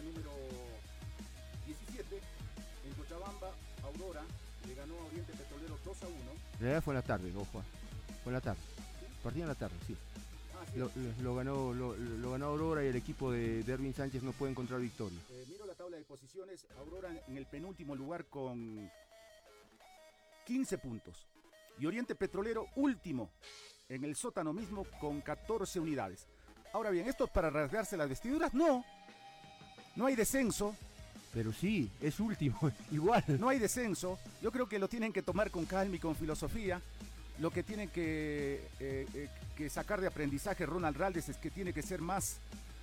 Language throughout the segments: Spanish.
número 17, en Cochabamba, Aurora le ganó a Oriente Petrolero 2-1. En realidad fue en la tarde, no, Juan. Fue en la tarde. ¿Sí? Partido en la tarde, sí. Sí. Lo ganó Aurora y el equipo de Erwin Sánchez no puede encontrar victoria. Miro la tabla de posiciones, Aurora en el penúltimo lugar con 15 puntos. Y Oriente Petrolero último en el sótano mismo con 14 unidades. Ahora bien, ¿esto es para rasgarse las vestiduras? No. No hay descenso. Pero sí, es último, igual. No hay descenso. Yo creo que lo tienen que tomar con calma y con filosofía. Lo que tiene que sacar de aprendizaje Ronald Raldes es que tiene que ser más...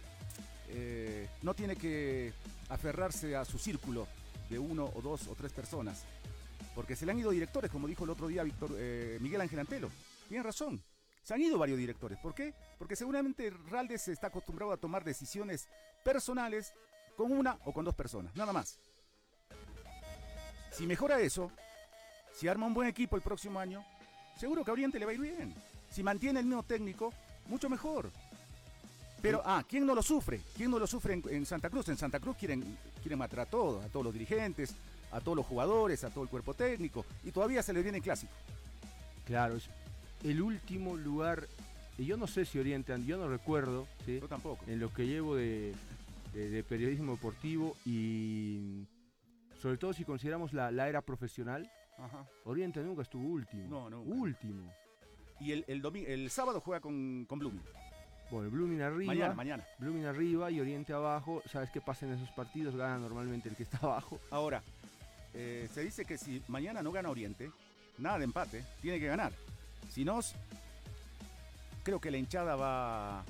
no tiene que aferrarse a su círculo de 1 o 2 o 3 personas. Porque se le han ido directores, como dijo el otro día Miguel Ángel Antelo. Tiene razón. Se han ido varios directores. ¿Por qué? Porque seguramente Raldes está acostumbrado a tomar decisiones personales con 1 o con 2 personas, nada más. Si mejora eso, si arma un buen equipo el próximo año, seguro que a Oriente le va a ir bien. Si mantiene el mismo técnico, mucho mejor. Pero, ¿quién no lo sufre? ¿Quién no lo sufre en Santa Cruz? En Santa Cruz quieren matar a todos los dirigentes, a todos los jugadores, a todo el cuerpo técnico, y todavía se les viene el clásico. Claro, es el último lugar, y yo no sé si Oriente, yo no recuerdo, ¿sí? Yo tampoco. En lo que llevo de periodismo deportivo y sobre todo si consideramos la era profesional. Ajá. Oriente nunca estuvo último. No, nunca. Último. Y el sábado juega con Blooming. Bueno, Blooming arriba. Mañana. Blooming arriba y Oriente abajo. ¿Sabes qué pasa en esos partidos? Gana normalmente el que está abajo. Ahora, se dice que si mañana no gana Oriente, nada de empate, tiene que ganar. Si no, creo que la hinchada va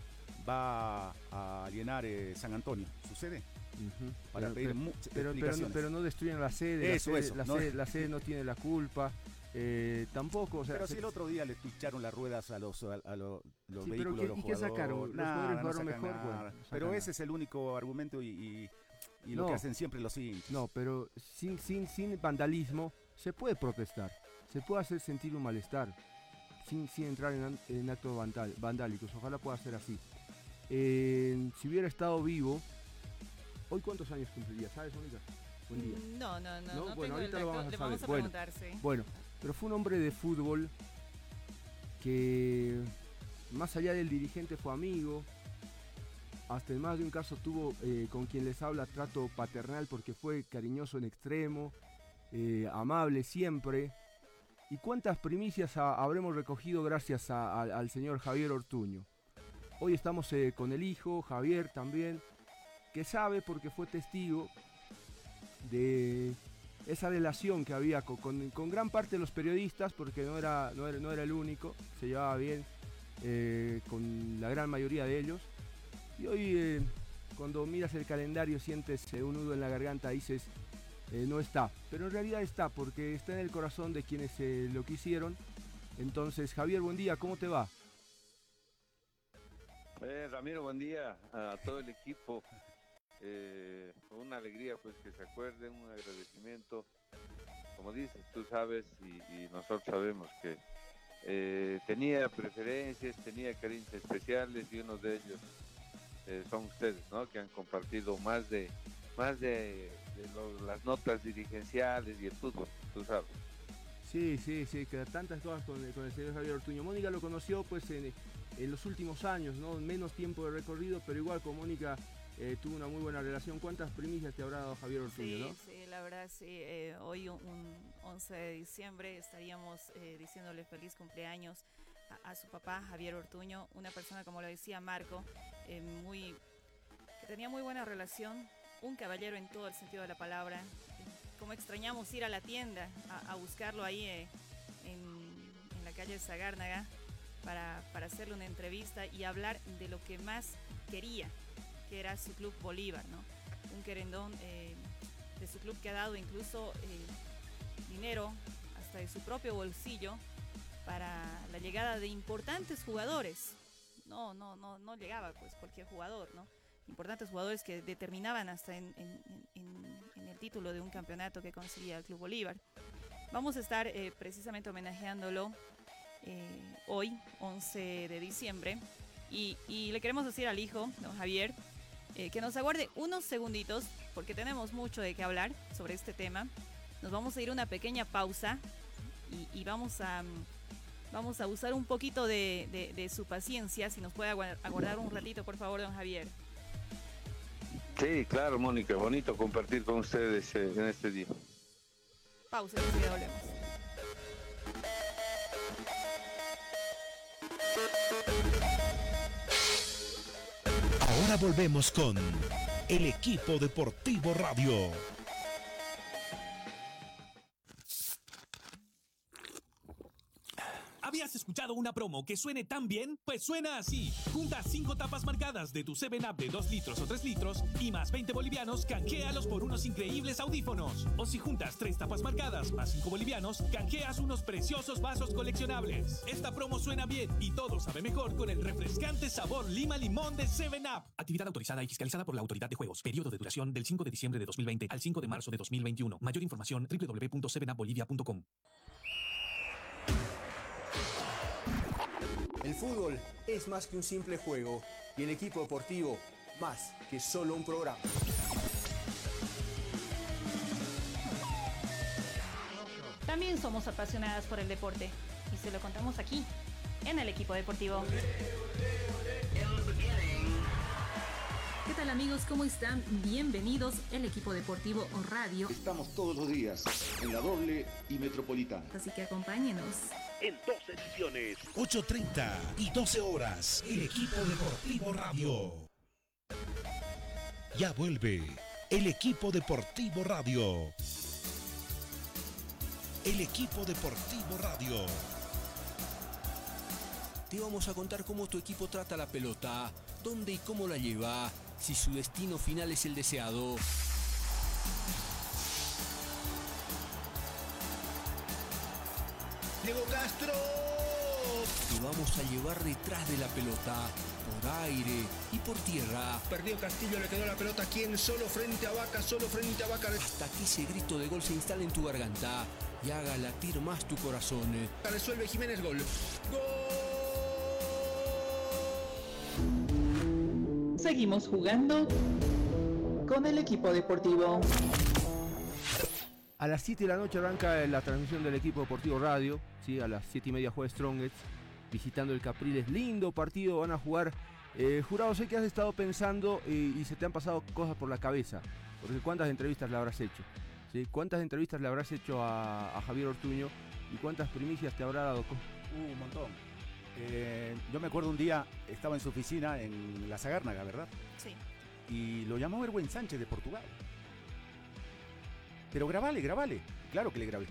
a llenar San Antonio. ¿Sucede? Uh-huh. Para pedir explicaciones. Pero no destruyen la sede. La sede no tiene la culpa. Tampoco, o sea, pero si el otro día le picharon las ruedas a los vehículos de los jugadores. ¿Y qué sacaron? Los jugadores jugaron mejor. Bueno, pero ese es el único argumento y lo que hacen siempre los hinchas. No, pero sin vandalismo se puede protestar, se puede hacer sentir un malestar sin entrar en actos vandálicos. Ojalá pueda ser así. Si hubiera estado vivo, ¿hoy cuántos años cumpliría? ¿Sabes, Mónica? Buen día. No bueno, ahorita lo vamos a saber. Vamos a preguntar, sí. Bueno, pero fue un hombre de fútbol que más allá del dirigente fue amigo. Hasta en más de un caso tuvo con quien les habla trato paternal porque fue cariñoso en extremo, amable siempre. ¿Y cuántas primicias habremos recogido gracias al señor Javier Ortuño? Hoy estamos con el hijo, Javier también, que sabe porque fue testigo de esa relación que había con gran parte de los periodistas, porque no era el único, se llevaba bien con la gran mayoría de ellos. Y hoy cuando miras el calendario sientes un nudo en la garganta, dices no está, pero en realidad está, porque está en el corazón de quienes lo quisieron. Entonces, Javier, buen día, ¿cómo te va? Ramiro, buen día a todo el equipo. Una alegría pues que se acuerden, un agradecimiento, como dices, tú sabes y nosotros sabemos que tenía preferencias, tenía cariños especiales y uno de ellos son ustedes, ¿no? Que han compartido más de las notas dirigenciales y el fútbol, tú sabes. Sí, que tantas cosas con el señor Javier Ortuño. Mónica lo conoció pues en los últimos años, ¿no? Menos tiempo de recorrido, pero igual con Mónica tuvo una muy buena relación. ¿Cuántas primicias te habrá dado Javier Ortuño, no? Sí, la verdad sí. Hoy un 11 de diciembre estaríamos diciéndole feliz cumpleaños a su papá, Javier Ortuño, una persona, como lo decía Marco, que tenía muy buena relación, un caballero en todo el sentido de la palabra. Como extrañamos ir a la tienda a buscarlo ahí en la calle Sagárnaga para hacerle una entrevista y hablar de lo que más quería, que era su club Bolívar, ¿no? Un querendón de su club que ha dado incluso dinero hasta de su propio bolsillo para la llegada de importantes jugadores. No llegaba pues cualquier jugador, ¿no? Importantes jugadores que determinaban hasta en el título de un campeonato que conseguía el Club Bolívar. Vamos a estar precisamente homenajeándolo hoy, 11 de diciembre, y le queremos decir al hijo, don Javier, que nos aguarde unos segunditos, porque tenemos mucho de qué hablar sobre este tema. Nos vamos a ir a una pequeña pausa y vamos a usar un poquito de su paciencia. Si nos puede aguardar un ratito, por favor, don Javier. Sí, claro, Mónica, bonito compartir con ustedes en este día. Pausa y enseguida volvemos. Ahora volvemos con el equipo deportivo radio. ¿Habías escuchado una promo que suene tan bien? Pues suena así. Junta 5 tapas marcadas de tu 7-Up de 2 litros o 3 litros y más 20 bolivianos, canjealos por unos increíbles audífonos. O si juntas 3 tapas marcadas más 5 bolivianos, canjeas unos preciosos vasos coleccionables. Esta promo suena bien y todo sabe mejor con el refrescante sabor Lima Limón de 7-Up. Actividad autorizada y fiscalizada por la Autoridad de Juegos. Periodo de duración del 5 de diciembre de 2020 al 5 de marzo de 2021. Mayor información www.7upbolivia.com. El fútbol es más que un simple juego y el equipo deportivo más que solo un programa. También somos apasionadas por el deporte y se lo contamos aquí, en el equipo deportivo. ¿Qué tal, amigos? ¿Cómo están? Bienvenidos al equipo deportivo o radio. Estamos todos los días en la Doble y Metropolitana. Así que acompáñenos. En 2 ediciones, 8:30 y 12 horas, el equipo deportivo radio. Ya vuelve el equipo deportivo radio. El equipo deportivo radio. Te vamos a contar cómo tu equipo trata la pelota, dónde y cómo la lleva, si su destino final es el deseado. Diego Castro. Te vamos a llevar detrás de la pelota, por aire y por tierra. Perdió Castillo, le quedó la pelota. ¿Quién? Solo frente a Vaca, solo frente a Vaca. Hasta que ese grito de gol se instale en tu garganta y haga latir más tu corazón. Resuelve Jiménez, gol. ¡Gol! Seguimos jugando con el equipo deportivo. A las 7 de la noche arranca la transmisión del equipo deportivo radio, ¿sí? A las 7:30 juega Strongets, visitando el Capriles. Lindo partido, van a jugar. Jurado, sé que has estado pensando y se te han pasado cosas por la cabeza, porque ¿cuántas entrevistas le habrás hecho? ¿Sí? ¿Cuántas entrevistas le habrás hecho a Javier Ortuño y cuántas primicias te habrá dado? Un montón. Yo me acuerdo un día, estaba en su oficina en La Sagárnaga, ¿verdad? Sí. Y lo llamó Erwin Sánchez de Portugal. Pero grabale. Claro que le grabé.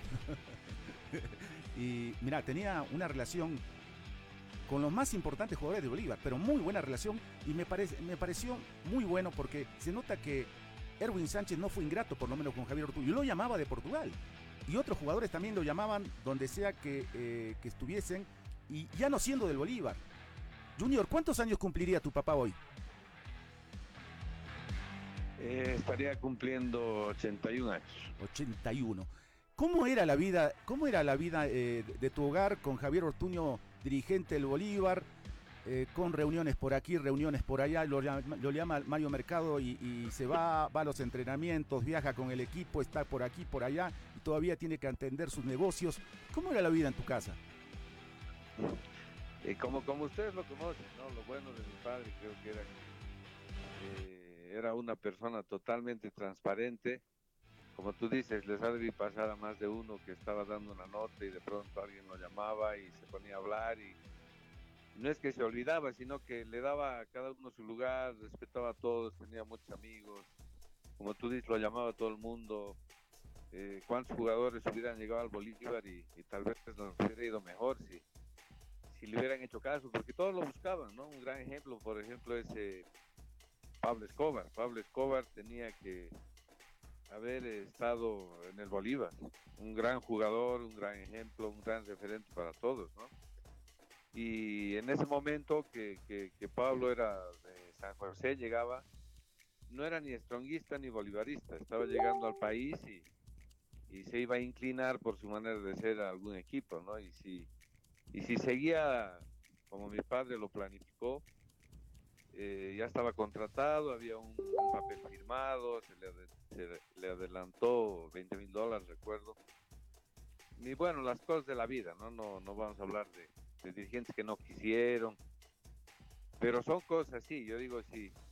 Y mira, tenía una relación con los más importantes jugadores de Bolívar, pero muy buena relación, y me pareció muy bueno porque se nota que Erwin Sánchez no fue ingrato, por lo menos con Javier Ortuño. Yo lo llamaba de Portugal y otros jugadores también lo llamaban donde sea que estuviesen, y ya no siendo del Bolívar. Junior, ¿cuántos años cumpliría tu papá hoy? Estaría cumpliendo 81 años. 81. ¿Cómo era la vida de tu hogar con Javier Ortuño, dirigente del Bolívar, con reuniones por aquí, reuniones por allá? Lo llama Mario Mercado y se va a los entrenamientos, viaja con el equipo, está por aquí, por allá, y todavía tiene que atender sus negocios. ¿Cómo era la vida en tu casa? Como ustedes lo conocen, ¿no? Lo bueno de mi padre creo que era una persona totalmente transparente. Como tú dices, les ha de pasar a más de uno que estaba dando una nota y de pronto alguien lo llamaba y se ponía a hablar, y no es que se olvidaba, sino que le daba a cada uno su lugar, respetaba a todos, tenía muchos amigos. Como tú dices, lo llamaba a todo el mundo. ¿Cuántos jugadores hubieran llegado al Bolívar y tal vez nos hubiera ido mejor si le hubieran hecho caso? Porque todos lo buscaban, ¿no? Un gran ejemplo, por ejemplo, es Pablo Escobar. Pablo Escobar tenía que haber estado en el Bolívar. Un gran jugador, un gran ejemplo, un gran referente para todos, ¿no? Y en ese momento que Pablo era de San José, llegaba, no era ni stronguista ni bolivarista, estaba llegando al país y se iba a inclinar por su manera de ser a algún equipo, ¿no? Y si seguía como mi padre lo planificó, ya estaba contratado, había un papel firmado, se le adelantó $20,000, recuerdo. Y bueno, las cosas de la vida, ¿no? No vamos a hablar de dirigentes que no quisieron, pero son cosas así. Yo digo,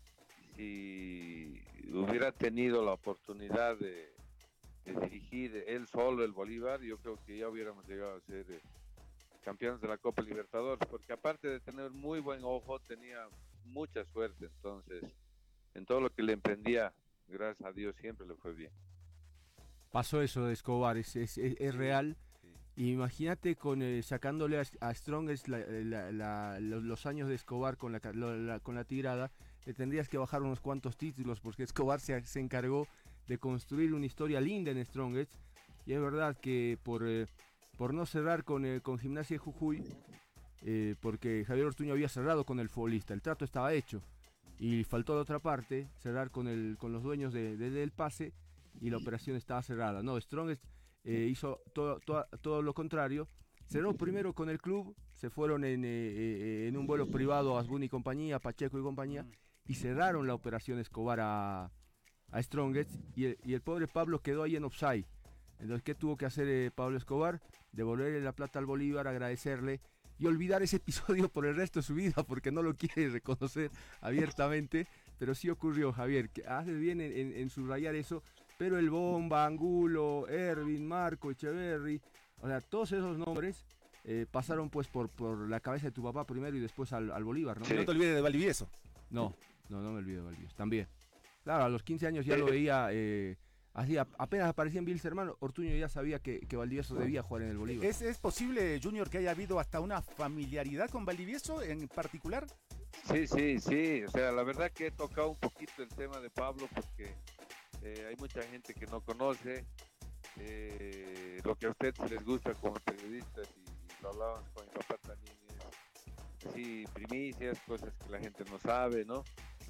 si hubiera tenido la oportunidad de dirigir él solo el Bolívar, yo creo que ya hubiéramos llegado a ser campeones de la Copa Libertadores, porque aparte de tener muy buen ojo, tenía mucha suerte. Entonces, en todo lo que le emprendía, gracias a Dios, siempre le fue bien. Pasó eso de Escobar, es real. Sí. Imagínate sacándole a Strongest los años de Escobar con la Tigrada, le tendrías que bajar unos cuantos títulos, porque Escobar se encargó de construir una historia linda en Strongest. Y es verdad que por no cerrar con Gimnasia de Jujuy, porque Javier Ortuño había cerrado con el futbolista, el trato estaba hecho, y faltó de otra parte cerrar con los dueños del pase, y la operación estaba cerrada. No, Strongest hizo todo lo contrario. Cerró primero con el club, se fueron en un vuelo privado a Asbun y compañía, Pacheco y compañía, y cerraron la operación Escobar a Strongest, y el pobre Pablo quedó ahí en offside. Entonces, ¿qué tuvo que hacer Pablo Escobar? Devolverle la plata al Bolívar, agradecerle y olvidar ese episodio por el resto de su vida, porque no lo quiere reconocer abiertamente, pero sí ocurrió, Javier, que hace bien en subrayar eso. Pero el Bomba, Angulo, Ervin, Marco, Echeverry, o sea, todos esos nombres pasaron pues por la cabeza de tu papá primero y después al Bolívar, ¿no? Sí. No te olvides de Valdivieso. No me olvido de Valdivieso, también. Claro, a los 15 años ya lo veía, así apenas aparecía en Wilstermann, Ortuño ya sabía que Valdivieso debía jugar en el Bolívar. ¿Es posible, Junior, que haya habido hasta una familiaridad con Valdivieso en particular? Sí, o sea, la verdad que he tocado un poquito el tema de Pablo, porque hay mucha gente que no conoce lo que a ustedes les gusta como periodistas, y lo hablábamos con mi papá también, es sí, primicias, cosas que la gente no sabe, ¿no?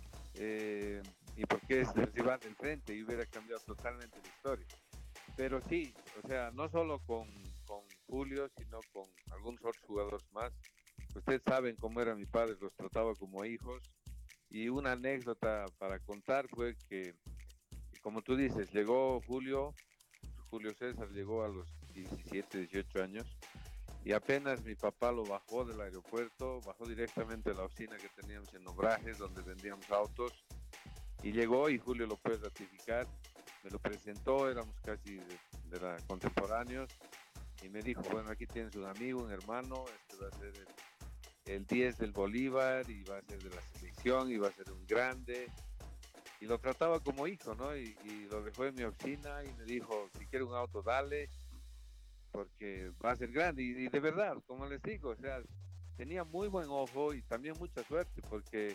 Y porque es el rival del frente y hubiera cambiado totalmente la historia. Pero sí, o sea, no solo con Julio, sino con algunos otros jugadores más. Ustedes saben cómo era mi padre, los trataba como hijos. Y una anécdota para contar fue que, como tú dices, llegó Julio César llegó a los 17, 18 años, y apenas mi papá lo bajó del aeropuerto, bajó directamente a la oficina que teníamos en Obrajes, donde vendíamos autos, y llegó, y Julio lo puede ratificar, me lo presentó, éramos casi de contemporáneos, y me dijo, bueno, aquí tienes un amigo, un hermano, este va a ser el 10 del Bolívar, y va a ser de la selección, y va a ser un grande. Y lo trataba como hijo, ¿no? Y lo dejó en mi oficina y me dijo, si quiere un auto, dale, porque va a ser grande. Y de verdad, como les digo, o sea, tenía muy buen ojo y también mucha suerte, porque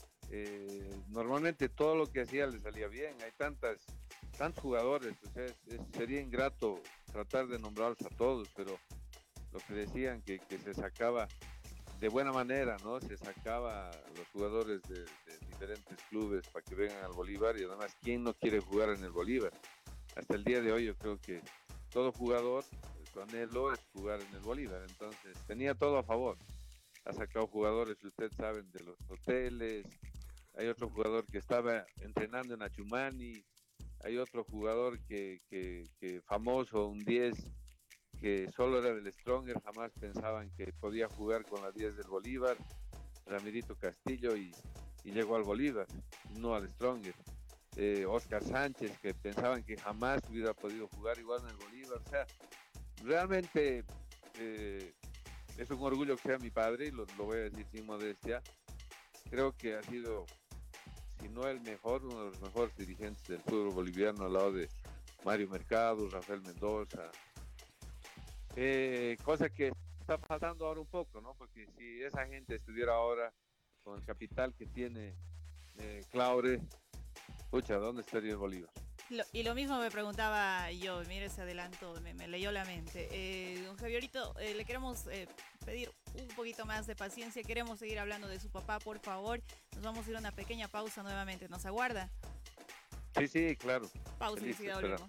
normalmente todo lo que hacía le salía bien. Hay tantos jugadores, o sea, sería ingrato tratar de nombrarlos a todos, pero lo que decían que se sacaba de buena manera, ¿no? Se sacaba a los jugadores de diferentes clubes para que vengan al Bolívar, y además, ¿quién no quiere jugar en el Bolívar? Hasta el día de hoy yo creo que todo jugador, su anhelo es jugar en el Bolívar, entonces tenía todo a favor. Ha sacado jugadores, ustedes saben, de los hoteles, hay otro jugador que estaba entrenando en Achumani, hay otro jugador que famoso, un 10, que solo era del Stronger, jamás pensaban que podía jugar con la 10 del Bolívar, Ramirito Castillo, y llegó al Bolívar, no al Stronger. Oscar Sánchez, que pensaban que jamás hubiera podido jugar igual en el Bolívar. O sea, realmente es un orgullo que sea mi padre, y lo voy a decir sin modestia. Creo que ha sido, si no el mejor, uno de los mejores dirigentes del fútbol boliviano, al lado de Mario Mercado, Rafael Mendoza. Cosa que está faltando ahora un poco, ¿no? Porque si esa gente estuviera ahora con el capital que tiene Claure, pucha, ¿dónde estaría el Bolívar? Y lo mismo me preguntaba yo, mire, se adelantó, me leyó la mente. Don Javierito, le queremos pedir un poquito más de paciencia, queremos seguir hablando de su papá, por favor. Nos vamos a ir a una pequeña pausa nuevamente, ¿nos aguarda? Sí, claro. Pausa y enseguida volvemos.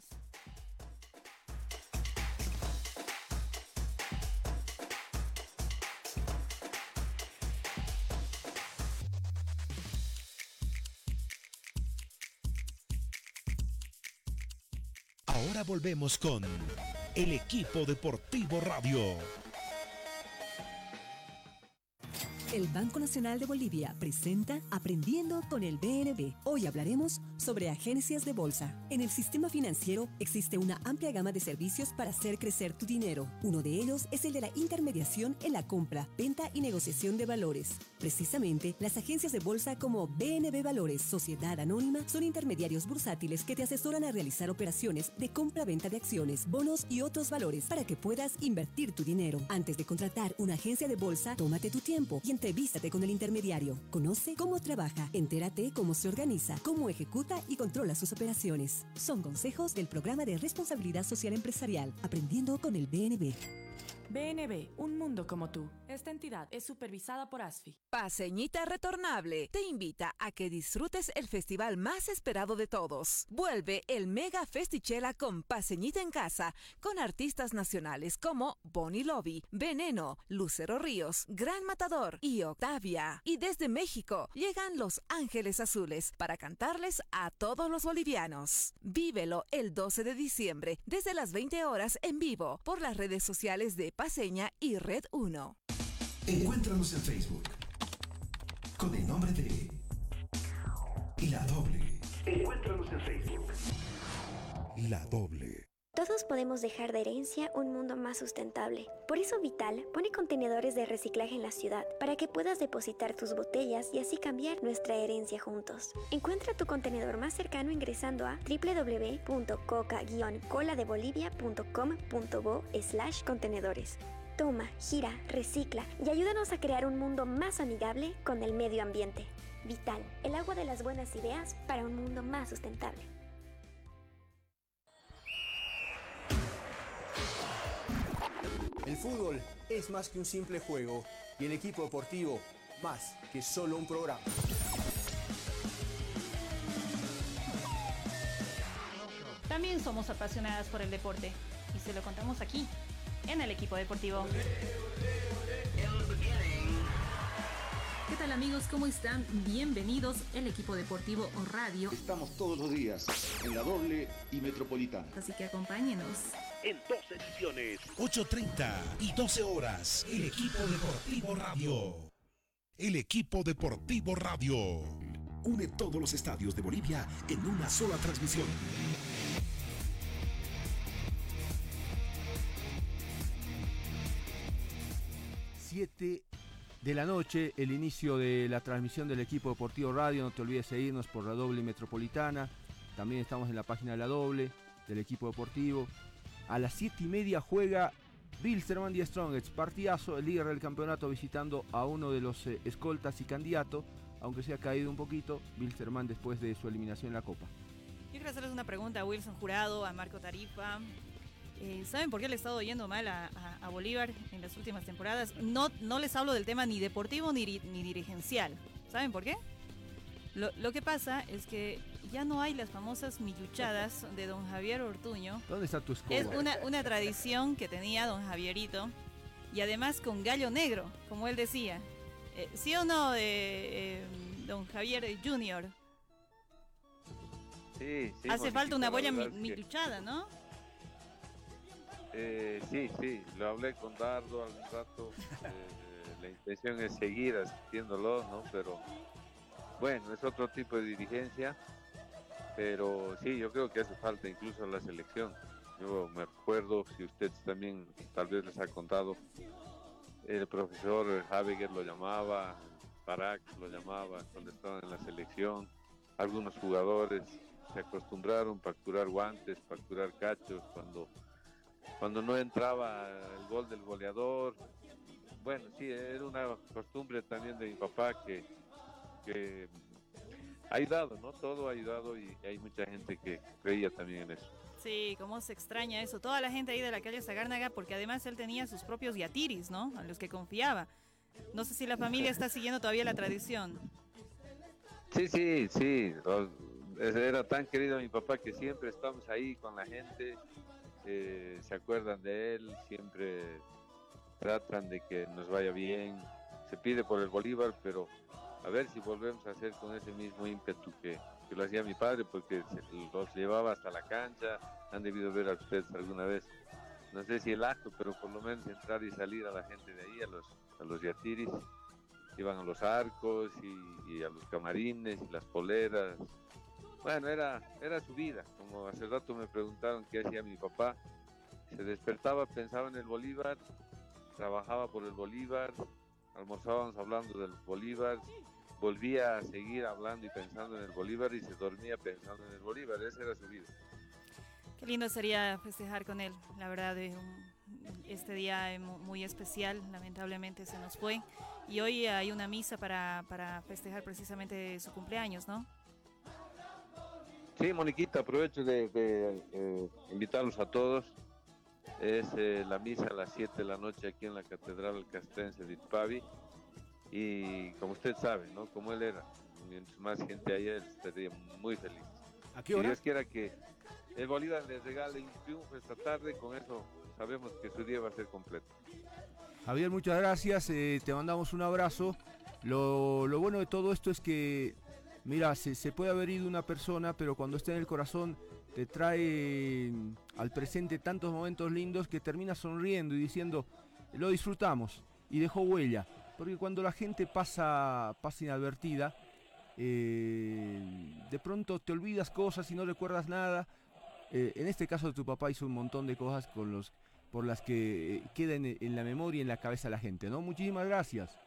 Ahora volvemos con el equipo deportivo radio. El Banco Nacional de Bolivia presenta Aprendiendo con el BNB. Hoy hablaremos sobre agencias de bolsa. En el sistema financiero existe una amplia gama de servicios para hacer crecer tu dinero. Uno de ellos es el de la intermediación en la compra, venta y negociación de valores. Precisamente, las agencias de bolsa como BNB Valores, Sociedad Anónima, son intermediarios bursátiles que te asesoran a realizar operaciones de compra-venta de acciones, bonos y otros valores para que puedas invertir tu dinero. Antes de contratar una agencia de bolsa, tómate tu tiempo y entrevístate con el intermediario. Conoce cómo trabaja, entérate cómo se organiza, cómo ejecuta y controla sus operaciones. Son consejos del Programa de Responsabilidad Social Empresarial, Aprendiendo con el BNB. BNB, un mundo como tú. Esta entidad es supervisada por ASFI. Paseñita Retornable te invita a que disfrutes el festival más esperado de todos. Vuelve el Mega Festichela con Paseñita en Casa, con artistas nacionales como Bonnie Lobby, Veneno, Lucero Ríos, Gran Matador y Octavia. Y desde México llegan Los Ángeles Azules para cantarles a todos los bolivianos. Vívelo el 12 de diciembre desde las 20 horas en vivo por las redes sociales de Paseña y Red 1. Encuéntranos en Facebook con el nombre de La Doble. Encuéntranos en Facebook. La Doble. Todos podemos dejar de herencia un mundo más sustentable. Por eso Vital pone contenedores de reciclaje en la ciudad para que puedas depositar tus botellas y así cambiar nuestra herencia juntos. Encuentra tu contenedor más cercano ingresando a www.coca-coladebolivia.com.bo/contenedores. Toma, gira, recicla y ayúdanos a crear un mundo más amigable con el medio ambiente. Vital, el agua de las buenas ideas para un mundo más sustentable. El fútbol es más que un simple juego y el equipo deportivo más que solo un programa. También somos apasionadas por el deporte y se lo contamos aquí, en el equipo deportivo. ¿Qué tal amigos? ¿Cómo están? Bienvenidos el equipo deportivo o radio. Estamos todos los días en La Doble y Metropolitana. Así que acompáñenos. En 2 ediciones, 8:30 y 12 horas, el equipo deportivo radio. El equipo deportivo radio. Une todos los estadios de Bolivia en una sola transmisión. 7 de la noche, el inicio de la transmisión del equipo deportivo radio. No te olvides seguirnos por La Doble Metropolitana. También estamos en la página de La Doble, del equipo deportivo. A las 7:30 juega Wilstermann Die Strongets, partidazo, el líder del campeonato visitando a uno de los escoltas y candidato, aunque se ha caído un poquito, Wilstermann después de su eliminación en la Copa. Yo quiero hacerles una pregunta a Wilson Jurado, a Marco Tarifa. ¿Saben por qué le ha estado yendo mal a Bolívar en las últimas temporadas? No les hablo del tema ni deportivo ni dirigencial. ¿Saben por qué? Lo que pasa es que ya no hay las famosas milluchadas de don Javier Ortuño. ¿Dónde está tu escoba? Es una tradición que tenía don Javierito, y además con gallo negro, como él decía. ¿Sí o no, don Javier Junior? Sí. Hace falta una buena milluchada, ¿no? Sí, lo hablé con Dardo algún rato. La intención es seguir asistiéndolo, ¿no? Pero bueno, es otro tipo de dirigencia. Pero sí, yo creo que hace falta incluso en la selección. Yo me acuerdo, si ustedes también tal vez les ha contado, el profesor Habeger lo llamaba, Barak lo llamaba cuando estaban en la selección. Algunos jugadores se acostumbraron a facturar guantes, facturar cachos cuando no entraba el gol del goleador. Bueno, sí, era una costumbre también de mi papá que ha ayudado, ¿no? Todo ha ayudado y hay mucha gente que creía también en eso. Sí, cómo se extraña eso. Toda la gente ahí de la calle Sagárnaga, porque además él tenía sus propios yatiris, ¿no? A los que confiaba. No sé si la familia está siguiendo todavía la tradición. Sí. Era tan querido mi papá que siempre estamos ahí con la gente. Se acuerdan de él, siempre tratan de que nos vaya bien. Se pide por el Bolívar, pero a ver si volvemos a hacer con ese mismo ímpetu que lo hacía mi padre, porque los llevaba hasta la cancha. Han debido ver a ustedes alguna vez, no sé si el acto, pero por lo menos entrar y salir a la gente de ahí, a los yatiris, iban a los arcos y a los camarines y las poleras. Bueno, era su vida. Como hace rato me preguntaron qué hacía mi papá, se despertaba, pensaba en el Bolívar, trabajaba por el Bolívar, almorzábamos hablando del Bolívar, volvía a seguir hablando y pensando en el Bolívar y se dormía pensando en el Bolívar. Esa era su vida. Qué lindo sería festejar con él, la verdad, este día muy especial. Lamentablemente se nos fue y hoy hay una misa para festejar precisamente su cumpleaños, ¿no? Sí, Moniquita, aprovecho de invitarlos a todos. Es la misa a las 7 de la noche aquí en la Catedral Castrense de Itpavi. Y como usted sabe, ¿no? Como él era, mientras más gente haya, él estaría muy feliz. ¿A qué hora? Si Dios quiera que el Bolívar les regale un triunfo esta tarde, con eso sabemos que su día va a ser completo. Javier, muchas gracias, te mandamos un abrazo. Lo bueno de todo esto es que, mira, se puede haber ido una persona, pero cuando está en el corazón te trae al presente tantos momentos lindos que terminas sonriendo y diciendo, lo disfrutamos y dejó huella. Porque cuando la gente pasa inadvertida, de pronto te olvidas cosas y no recuerdas nada. En este caso tu papá hizo un montón de cosas por las que quedan en la memoria y en la cabeza de la gente, ¿no? Muchísimas gracias.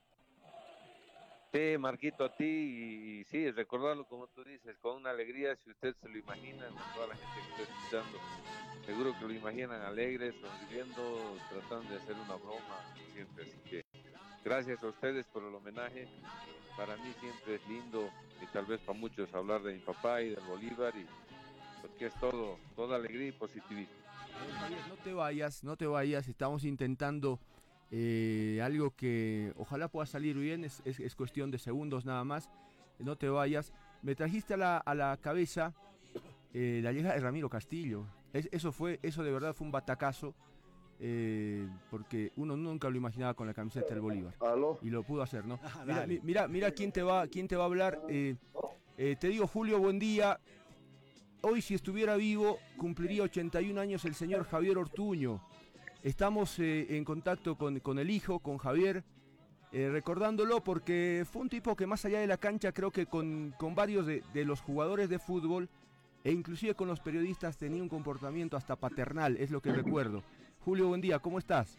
Sí, Marquito, a ti, y sí, recordarlo como tú dices, con una alegría, si usted se lo imagina, con toda la gente que está escuchando, seguro que lo imaginan alegres, sonriendo, tratando de hacer una broma, siempre. Así que gracias a ustedes por el homenaje. Para mí siempre es lindo, y tal vez para muchos, hablar de mi papá y del Bolívar, y porque es toda alegría y positivismo. Javier, no te vayas, estamos intentando algo que ojalá pueda salir bien, es cuestión de segundos nada más, no te vayas. Me trajiste a la cabeza la llegada de Ramiro Castillo. Eso de verdad fue un batacazo, porque uno nunca lo imaginaba con la camiseta del Bolívar. ¿Aló? Y lo pudo hacer, ¿no? Mira quién te va a hablar. Te digo, Julio, buen día. Hoy, si estuviera vivo, cumpliría 81 años el señor Javier Ortuño. Estamos en contacto con el hijo, con Javier, recordándolo porque fue un tipo que más allá de la cancha, creo que con varios de los jugadores de fútbol e inclusive con los periodistas tenía un comportamiento hasta paternal, es lo que recuerdo. Julio, buen día, ¿cómo estás?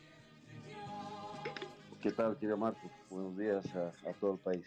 ¿Qué tal, querido Marco? Buenos días a todo el país.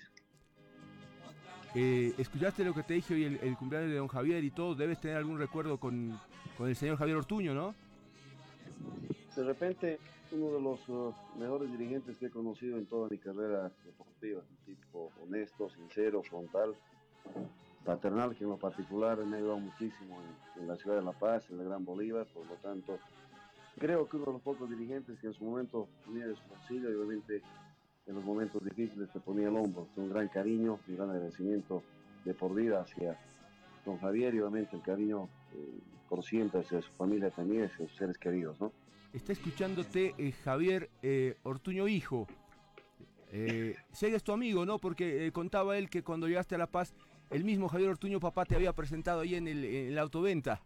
Escuchaste lo que te dije hoy, el cumpleaños de don Javier y todo, debes tener algún recuerdo con el señor Javier Ortuño, ¿no? De repente, uno de los mejores dirigentes que he conocido en toda mi carrera deportiva, un tipo honesto, sincero, frontal, paternal, que en lo particular me ha ayudado muchísimo en la ciudad de La Paz, en el Gran Bolívar. Por lo tanto, creo que uno de los pocos dirigentes que en su momento ponía de su bolsillo y obviamente en los momentos difíciles se ponía el hombro. Un gran cariño, un gran agradecimiento de por vida hacia don Javier y obviamente el cariño por siempre hacia su familia también, hacia sus seres queridos, ¿no? Está escuchándote Javier Ortuño hijo. Si eres tu amigo, ¿no? Porque contaba él que cuando llegaste a La Paz, el mismo Javier Ortuño, papá, te había presentado ahí en la autoventa.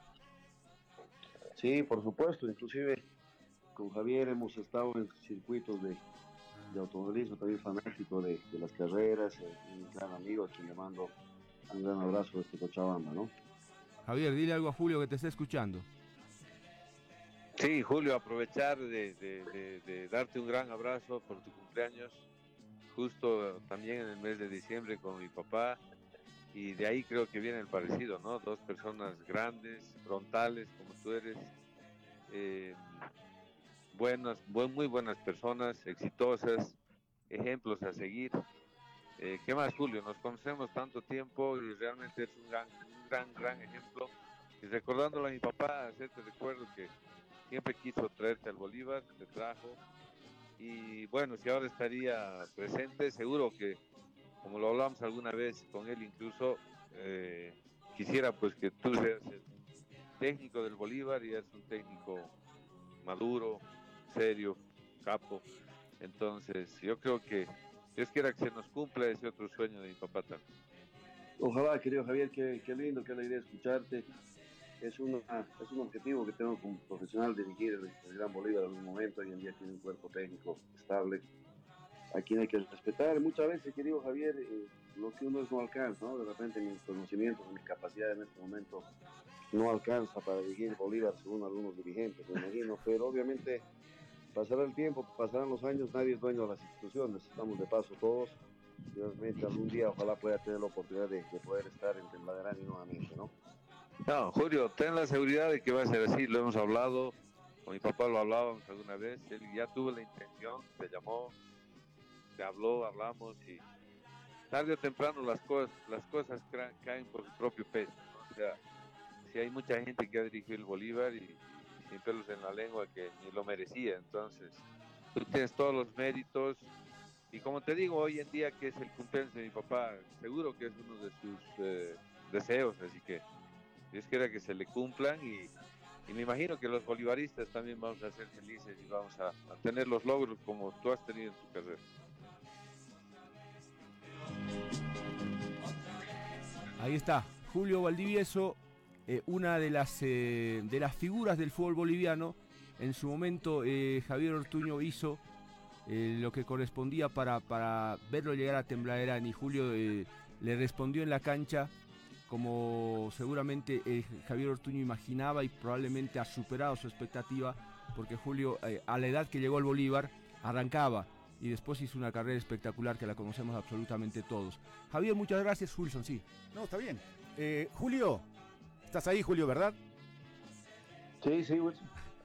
Sí, por supuesto. Inclusive con Javier hemos estado en circuitos de automovilismo, también fanático de las carreras, un gran amigo a quien le mando un gran abrazo desde Cochabamba, ¿no? Javier, dile algo a Julio que te está escuchando. Sí, Julio, aprovechar de darte un gran abrazo por tu cumpleaños, justo también en el mes de diciembre con mi papá, y de ahí creo que viene el parecido, ¿no? Dos personas grandes, frontales, como tú eres, muy buenas personas, exitosas, ejemplos a seguir. ¿Qué más, Julio? Nos conocemos tanto tiempo y realmente es un gran ejemplo. Y recordándolo a mi papá, hacerte recuerdo que siempre quiso traerte al Bolívar, te trajo. Y bueno, si ahora estaría presente, seguro que, como lo hablamos alguna vez con él incluso, quisiera pues que tú seas el técnico del Bolívar y eres un técnico maduro, serio, capo. Entonces yo creo que Dios quiera que se nos cumpla ese otro sueño de mi papá también. Ojalá, querido Javier, qué lindo, qué alegría escucharte. Es un objetivo que tengo como profesional, dirigir el Gran Bolívar en un momento. Hoy en día tiene un cuerpo técnico estable, a quien hay que respetar. Muchas veces, querido Javier, lo que uno no alcanza, ¿no? De repente mis conocimientos, mi capacidad en este momento no alcanza para dirigir Bolívar según algunos dirigentes, me imagino, pero obviamente pasará el tiempo, pasarán los años, nadie es dueño de las instituciones, estamos de paso todos, y obviamente algún día ojalá pueda tener la oportunidad de poder estar en Tembladerani nuevamente, ¿no? No, Julio, ten la seguridad de que va a ser así, lo hemos hablado, con mi papá lo hablábamos alguna vez, él ya tuvo la intención, te llamó, te habló, hablamos y tarde o temprano las cosas caen por su propio peso, ¿no? O sea, si hay mucha gente que ha dirigido el Bolívar y sin pelos en la lengua que ni lo merecía, entonces tú tienes todos los méritos y como te digo, hoy en día que es el cumpleaños de mi papá, seguro que es uno de sus deseos, así que Dios quiera que se le cumplan y me imagino que los bolivaristas también vamos a ser felices y vamos a tener los logros como tú has tenido en tu carrera. Ahí está, Julio Valdivieso, una de las figuras del fútbol boliviano. En su momento Javier Ortuño hizo lo que correspondía para verlo llegar a Tembladerani. Julio le respondió en la cancha como seguramente Javier Ortuño imaginaba y probablemente ha superado su expectativa, porque Julio a la edad que llegó al Bolívar arrancaba y después hizo una carrera espectacular que la conocemos absolutamente todos. Javier, muchas gracias. Wilson, sí. No, está bien. Julio, estás ahí, Julio, ¿verdad? Sí, Wilson.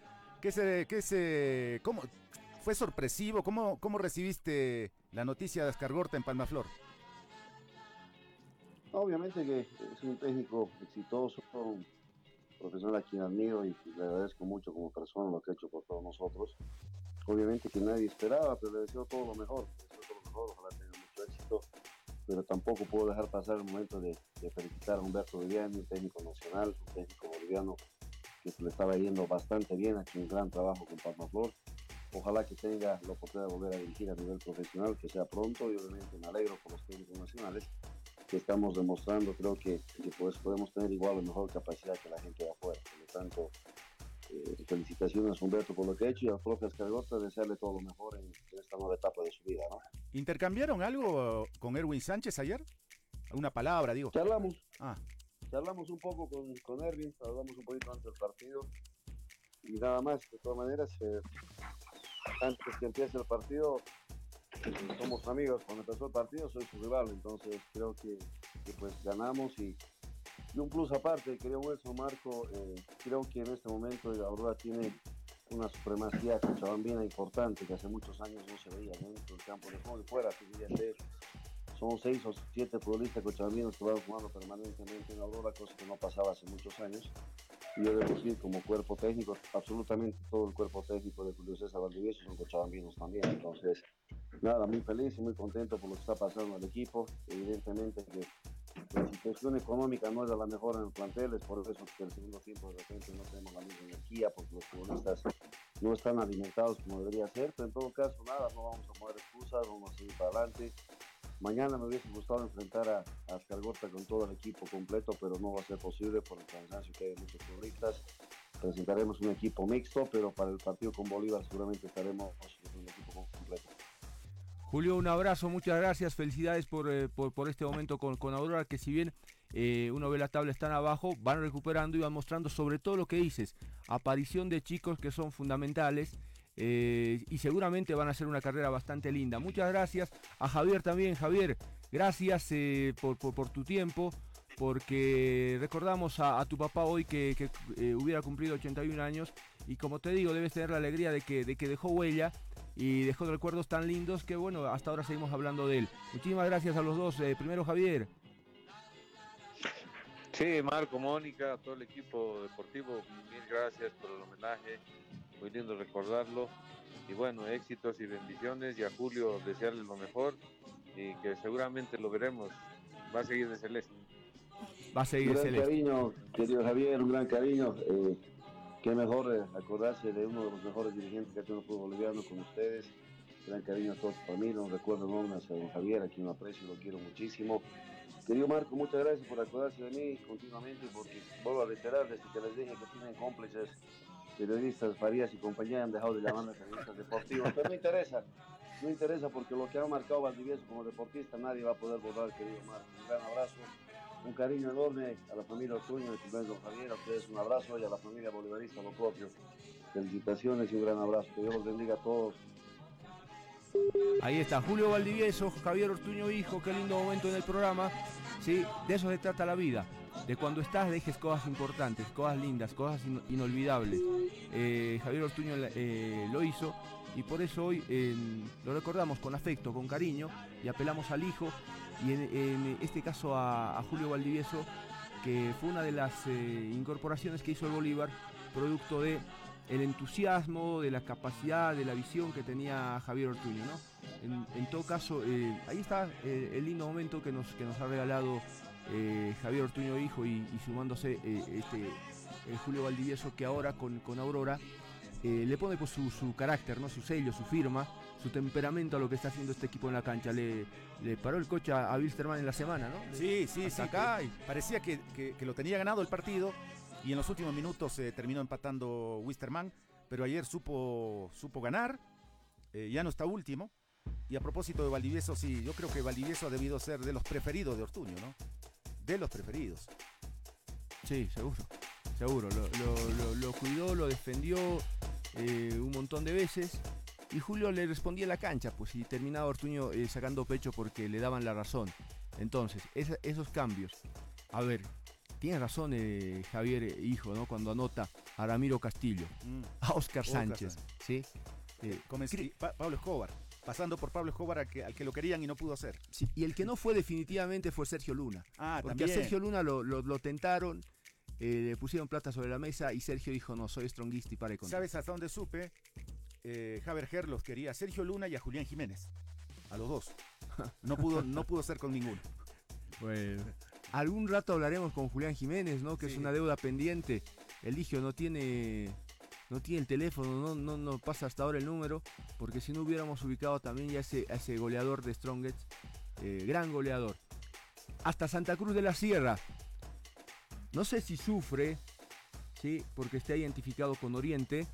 ¿Cómo fue sorpresivo? ¿Cómo recibiste la noticia de Ascargorta en Palmaflor? Obviamente que es un técnico exitoso, un profesional a quien admiro y le agradezco mucho como persona lo que ha hecho por todos nosotros. Obviamente que nadie esperaba, pero le deseo todo lo mejor, ojalá tenga mucho éxito, pero tampoco puedo dejar pasar el momento de felicitar a Humberto Viviani, un técnico nacional, un técnico boliviano que se le estaba yendo bastante bien, ha hecho un gran trabajo con Palmaflor. Ojalá que tenga la oportunidad de volver a dirigir a nivel profesional, que sea pronto, y obviamente me alegro por los técnicos nacionales que estamos demostrando. Creo que pues podemos tener igual o mejor capacidad que la gente de afuera. Por lo tanto, felicitaciones a Humberto por lo que ha hecho y al profe Ascargorta, desearle todo lo mejor en esta nueva etapa de su vida, ¿no? ¿Intercambiaron algo con Erwin Sánchez ayer? ¿Alguna palabra, digo? Charlamos un poco con Erwin, hablamos un poquito antes del partido y nada más. De todas maneras, antes que empiece el partido, somos amigos. Cuando empezó el partido soy su rival, entonces creo que pues ganamos y un plus aparte, querido Wilson, Marco, creo que en este momento Aurora tiene una supremacía cochabambina importante que hace muchos años no se veía dentro del campo de juego y fuera. Son 6 o 7 futbolistas cochabambinos que van jugando permanentemente en Aurora, cosa que no pasaba hace muchos años. Y yo debo decir, como cuerpo técnico, absolutamente todo el cuerpo técnico de Julio César Valdivieso son cochabambinos también. Entonces, nada, muy feliz y muy contento por lo que está pasando en el equipo. Evidentemente que la situación económica no es de la mejor en el plantel, es por eso que el segundo tiempo de repente no tenemos la misma energía, porque los futbolistas no están alimentados como debería ser, pero en todo caso, nada, no vamos a mover excusas, vamos a seguir para adelante. Mañana me hubiese gustado enfrentar a Ascargorta con todo el equipo completo, pero no va a ser posible por el cansancio que hay de muchos futbolistas. Presentaremos un equipo mixto, pero para el partido con Bolívar seguramente estaremos con un equipo completo. Julio, un abrazo, muchas gracias, felicidades por este momento con Aurora, que si bien uno ve la tabla, están abajo, van recuperando y van mostrando sobre todo lo que dices, aparición de chicos que son fundamentales. Y seguramente van a hacer una carrera bastante linda. Muchas gracias a Javier también. Javier, gracias por tu tiempo, porque recordamos a tu papá hoy que hubiera cumplido 81 años y como te digo, debes tener la alegría de que dejó huella y dejó recuerdos tan lindos que bueno, hasta ahora seguimos hablando de él. Muchísimas gracias a los dos. Primero Javier. Sí, Marco, Mónica, a todo el equipo deportivo, mil gracias por el homenaje. Muy lindo recordarlo y bueno, éxitos y bendiciones, y a Julio desearle lo mejor y que seguramente lo veremos, va a seguir de celeste. Va a seguir de celeste. Un gran cariño, querido Javier, un gran cariño, qué mejor acordarse de uno de los mejores dirigentes que ha tenido el fútbol boliviano con ustedes, gran cariño a toda su familia, un recuerdo enorme a don Javier, a quien lo aprecio y lo quiero muchísimo. Querido Marco, muchas gracias por acordarse de mí continuamente, porque vuelvo a reiterar desde que les dije que tienen cómplices, periodistas, Farías y compañía, han dejado de llamar a periodistas deportivos, pero no interesa porque lo que ha marcado Valdivieso como deportista nadie va a poder borrar, querido Marco. Un gran abrazo, un cariño enorme a la familia Ortuño, el cumpleaños don Javier, a ustedes un abrazo y a la familia bolivarista lo propio. Felicitaciones y un gran abrazo, que Dios los bendiga a todos. Ahí está, Julio Valdivieso, Javier Ortuño hijo, qué lindo momento en el programa. Sí, de eso se trata la vida. De cuando estás dejes cosas importantes, cosas lindas, cosas inolvidables. Javier Ortuño lo hizo y por eso hoy lo recordamos con afecto, con cariño y apelamos al hijo y en este caso a Julio Valdivieso, que fue una de las incorporaciones que hizo el Bolívar, producto de el entusiasmo, de la capacidad, de la visión que tenía Javier Ortuño, ¿no? En todo caso, ahí está el lindo momento que nos ha regalado Javier Ortuño hijo y sumándose Julio Valdivieso, que ahora con Aurora le pone pues su carácter, ¿no? Su sello, su firma, su temperamento a lo que está haciendo este equipo en la cancha. Le paró el coche a Wilstermann en la semana, ¿no? Sí, acá parecía que lo tenía ganado el partido. Y en los últimos minutos terminó empatando Wilstermann, pero ayer supo ganar, ya no está último. Y a propósito de Valdivieso, sí, yo creo que Valdivieso ha debido ser de los preferidos de Ortuño, ¿no? De los preferidos. Sí, seguro. Lo cuidó, lo defendió un montón de veces. Y Julio le respondía en la cancha, pues, y terminaba Ortuño sacando pecho porque le daban la razón. Entonces, esos cambios. A ver, tiene razón Javier hijo, ¿no? Cuando anota a Ramiro Castillo, a Oscar Sánchez, ¿sí? Pablo Escobar, pasando por Pablo Escobar al que lo querían y no pudo hacer. Sí, y el que no fue definitivamente fue Sergio Luna. Porque también. A Sergio Luna lo tentaron, le pusieron plata sobre la mesa y Sergio dijo, no, soy stronguista y pare con. ¿Sabes hasta dónde supe? Javier Ger los quería a Sergio Luna y a Julián Jiménez, a los dos. No pudo ser con ninguno. Bueno. Algún rato hablaremos con Julián Jiménez, ¿no? Que sí. Es una deuda pendiente. Eligio no tiene el teléfono, no pasa hasta ahora el número, porque si no hubiéramos ubicado también ya ese goleador de Strongets, gran goleador. Hasta Santa Cruz de la Sierra. No sé si sufre, ¿sí? Porque está identificado con Oriente,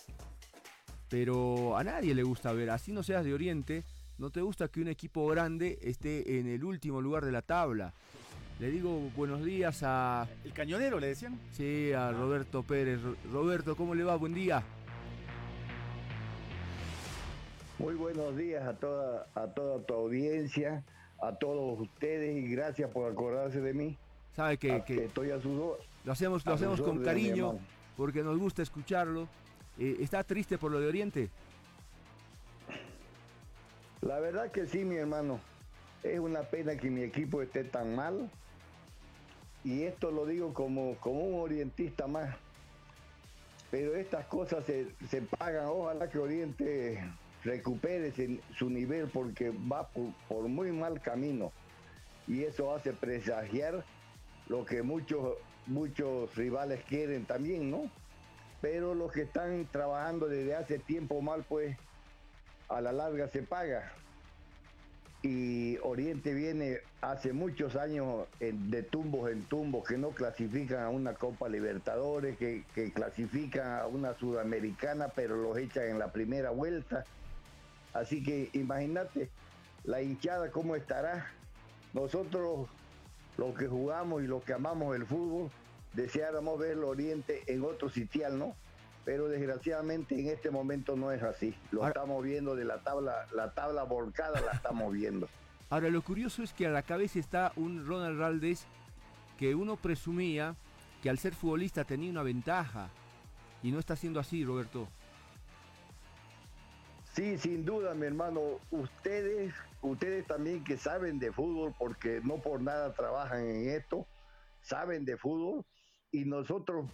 pero a nadie le gusta ver, así no seas de Oriente, no te gusta que un equipo grande esté en el último lugar de la tabla. Le digo buenos días a... ¿El cañonero le decían? Sí, a Roberto Pérez. Roberto, ¿cómo le va? Buen día. Muy buenos días a toda tu audiencia, a todos ustedes y gracias por acordarse de mí. Sabe que estoy a sus lo hacemos con cariño porque nos gusta escucharlo. ¿Está triste por lo de Oriente? La verdad que sí, mi hermano. Es una pena que mi equipo esté tan mal. Y esto lo digo como un orientista más. Pero estas cosas se pagan. Ojalá que Oriente recupere su nivel porque va por muy mal camino. Y eso hace presagiar lo que muchos rivales quieren también, ¿no? Pero los que están trabajando desde hace tiempo mal, pues a la larga se paga. Y Oriente viene hace muchos años de tumbos en tumbos, que no clasifican a una Copa Libertadores, que clasifican a una Sudamericana, pero los echan en la primera vuelta. Así que imagínate la hinchada cómo estará. Nosotros, los que jugamos y los que amamos el fútbol, deseáramos ver el Oriente en otro sitial, ¿no? Pero desgraciadamente en este momento no es así. Lo estamos viendo de la tabla volcada la estamos viendo. Ahora, lo curioso es que a la cabeza está un Ronald Raldés que uno presumía que al ser futbolista tenía una ventaja. Y no está siendo así, Roberto. Sí, sin duda, mi hermano. Ustedes también que saben de fútbol, porque no por nada trabajan en esto, saben de fútbol. Y nosotros...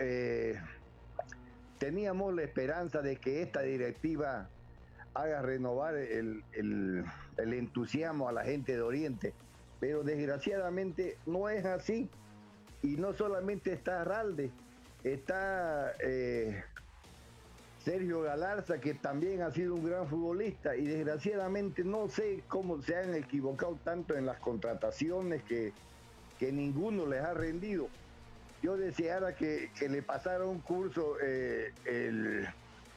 teníamos la esperanza de que esta directiva haga renovar el entusiasmo a la gente de Oriente, pero desgraciadamente no es así. Y no solamente está Ralde, está Sergio Galarza, que también ha sido un gran futbolista, y desgraciadamente no sé cómo se han equivocado tanto en las contrataciones que ninguno les ha rendido. Yo deseara que le pasara un curso el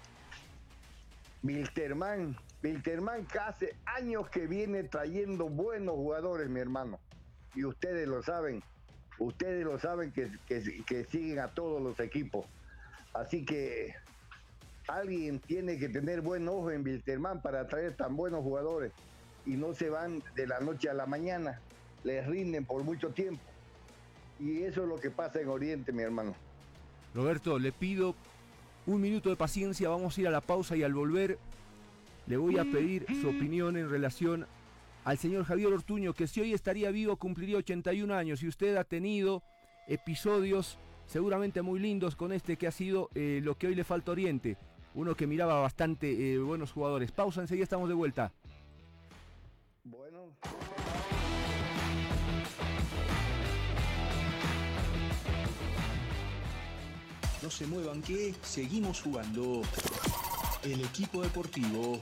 Wilstermann, que hace años que viene trayendo buenos jugadores, mi hermano, y ustedes lo saben que siguen a todos los equipos, así que alguien tiene que tener buen ojo en Wilstermann para traer tan buenos jugadores, y no se van de la noche a la mañana, les rinden por mucho tiempo, y eso es lo que pasa en Oriente, mi hermano. Roberto, le pido un minuto de paciencia, vamos a ir a la pausa y al volver le voy a pedir su opinión en relación al señor Javier Ortuño, que si hoy estaría vivo cumpliría 81 años, y usted ha tenido episodios seguramente muy lindos con este que ha sido lo que hoy le falta a Oriente, uno que miraba bastante buenos jugadores. Pausa, enseguida estamos de vuelta. Bueno. No se muevan que seguimos jugando. El equipo deportivo.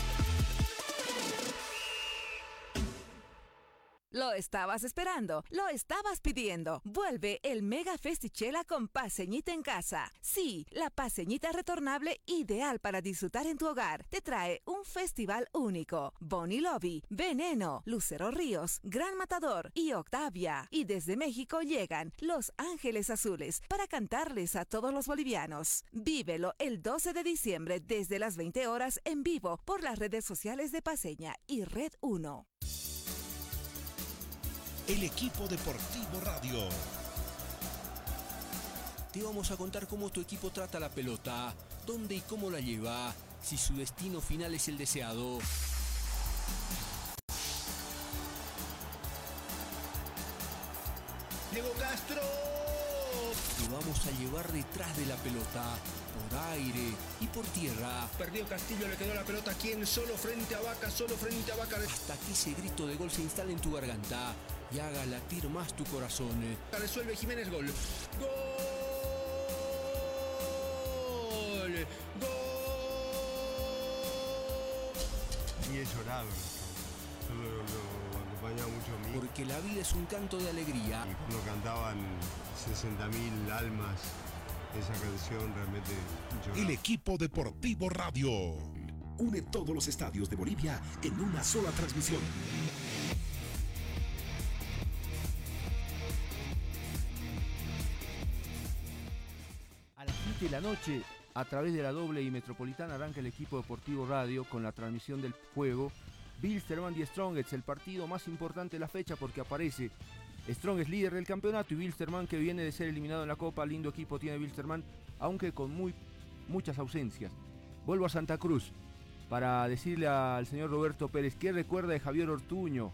Lo estabas esperando, lo estabas pidiendo. Vuelve el Mega Festichela con Paceñita en casa. Sí, la paceñita retornable ideal para disfrutar en tu hogar. Te trae un festival único. Bonnie Lobby, Veneno, Lucero Ríos, Gran Matador y Octavia. Y desde México llegan Los Ángeles Azules para cantarles a todos los bolivianos. Vívelo el 12 de diciembre desde las 20 horas en vivo por las redes sociales de Paceña y Red 1. El equipo deportivo radio. Te vamos a contar cómo tu equipo trata la pelota, dónde y cómo la lleva, si su destino final es el deseado. Diego Castro. Te vamos a llevar detrás de la pelota, por aire y por tierra. Perdió Castillo, le quedó la pelota a quien, solo frente a Vaca, hasta que ese grito de gol se instale en tu garganta y haga latir más tu corazón. Resuelve Jiménez, gol. ¡Gol! ¡Gol! Y he llorado. Lo acompañaba mucho a mí. Porque la vida es un canto de alegría. Y cuando cantaban 60.000 almas esa canción, realmente lloraba. El equipo deportivo radio. Une todos los estadios de Bolivia en una sola transmisión. A las 7 de la noche, a través de la doble y metropolitana, arranca el equipo deportivo radio con la transmisión del juego Wilstermann y Strongest, el partido más importante de la fecha porque aparece Strongest líder del campeonato y Wilstermann que viene de ser eliminado en la Copa. Lindo equipo tiene Wilstermann, aunque con muchas ausencias. Vuelvo a Santa Cruz para decirle al señor Roberto Pérez qué recuerda de Javier Ortuño.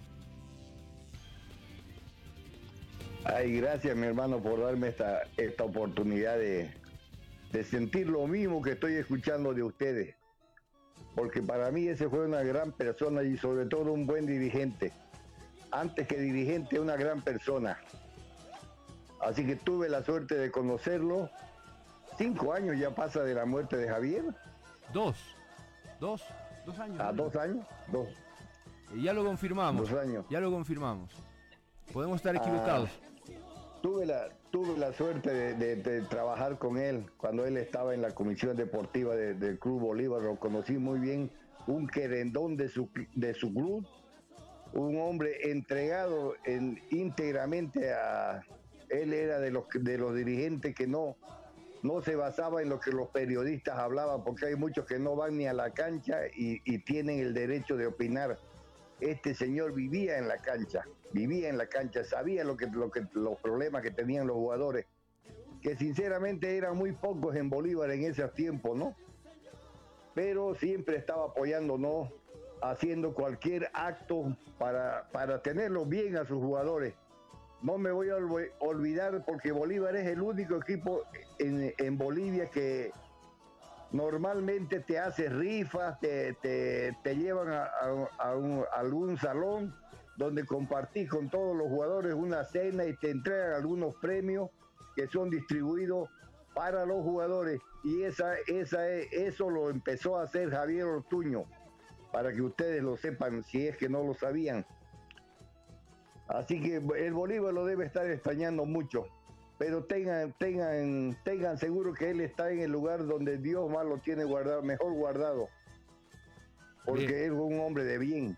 Ay, gracias mi hermano por darme esta oportunidad de sentir lo mismo que estoy escuchando de ustedes, porque para mí ese fue una gran persona y sobre todo un buen dirigente, antes que dirigente una gran persona, así que tuve la suerte de conocerlo. 5 años ya pasa de la muerte de Javier. 2 años. ¿A 2 años? 2. Ya lo confirmamos. 2 años. Ya lo confirmamos. Podemos estar equivocados. Tuve la suerte de trabajar con él cuando él estaba en la comisión deportiva del Club Bolívar. Lo conocí muy bien, un querendón de su club, un hombre entregado íntegramente a... Él era de los dirigentes que no se basaba en lo que los periodistas hablaban, porque hay muchos que no van ni a la cancha y tienen el derecho de opinar. Este señor vivía en la cancha, sabía los problemas que tenían los jugadores, que sinceramente eran muy pocos en Bolívar en ese tiempo, ¿no? Pero siempre estaba apoyándonos, haciendo cualquier acto para tenerlos bien a sus jugadores. No me voy a olvidar porque Bolívar es el único equipo en Bolivia que normalmente te hace rifas, te llevan a algún salón donde compartís con todos los jugadores una cena y te entregan algunos premios que son distribuidos para los jugadores, y eso lo empezó a hacer Javier Ortuño, para que ustedes lo sepan, si es que no lo sabían. Así que el Bolívar lo debe estar extrañando mucho, pero tengan seguro que él está en el lugar donde Dios más lo tiene guardado, mejor guardado, porque bien. Él fue un hombre de bien,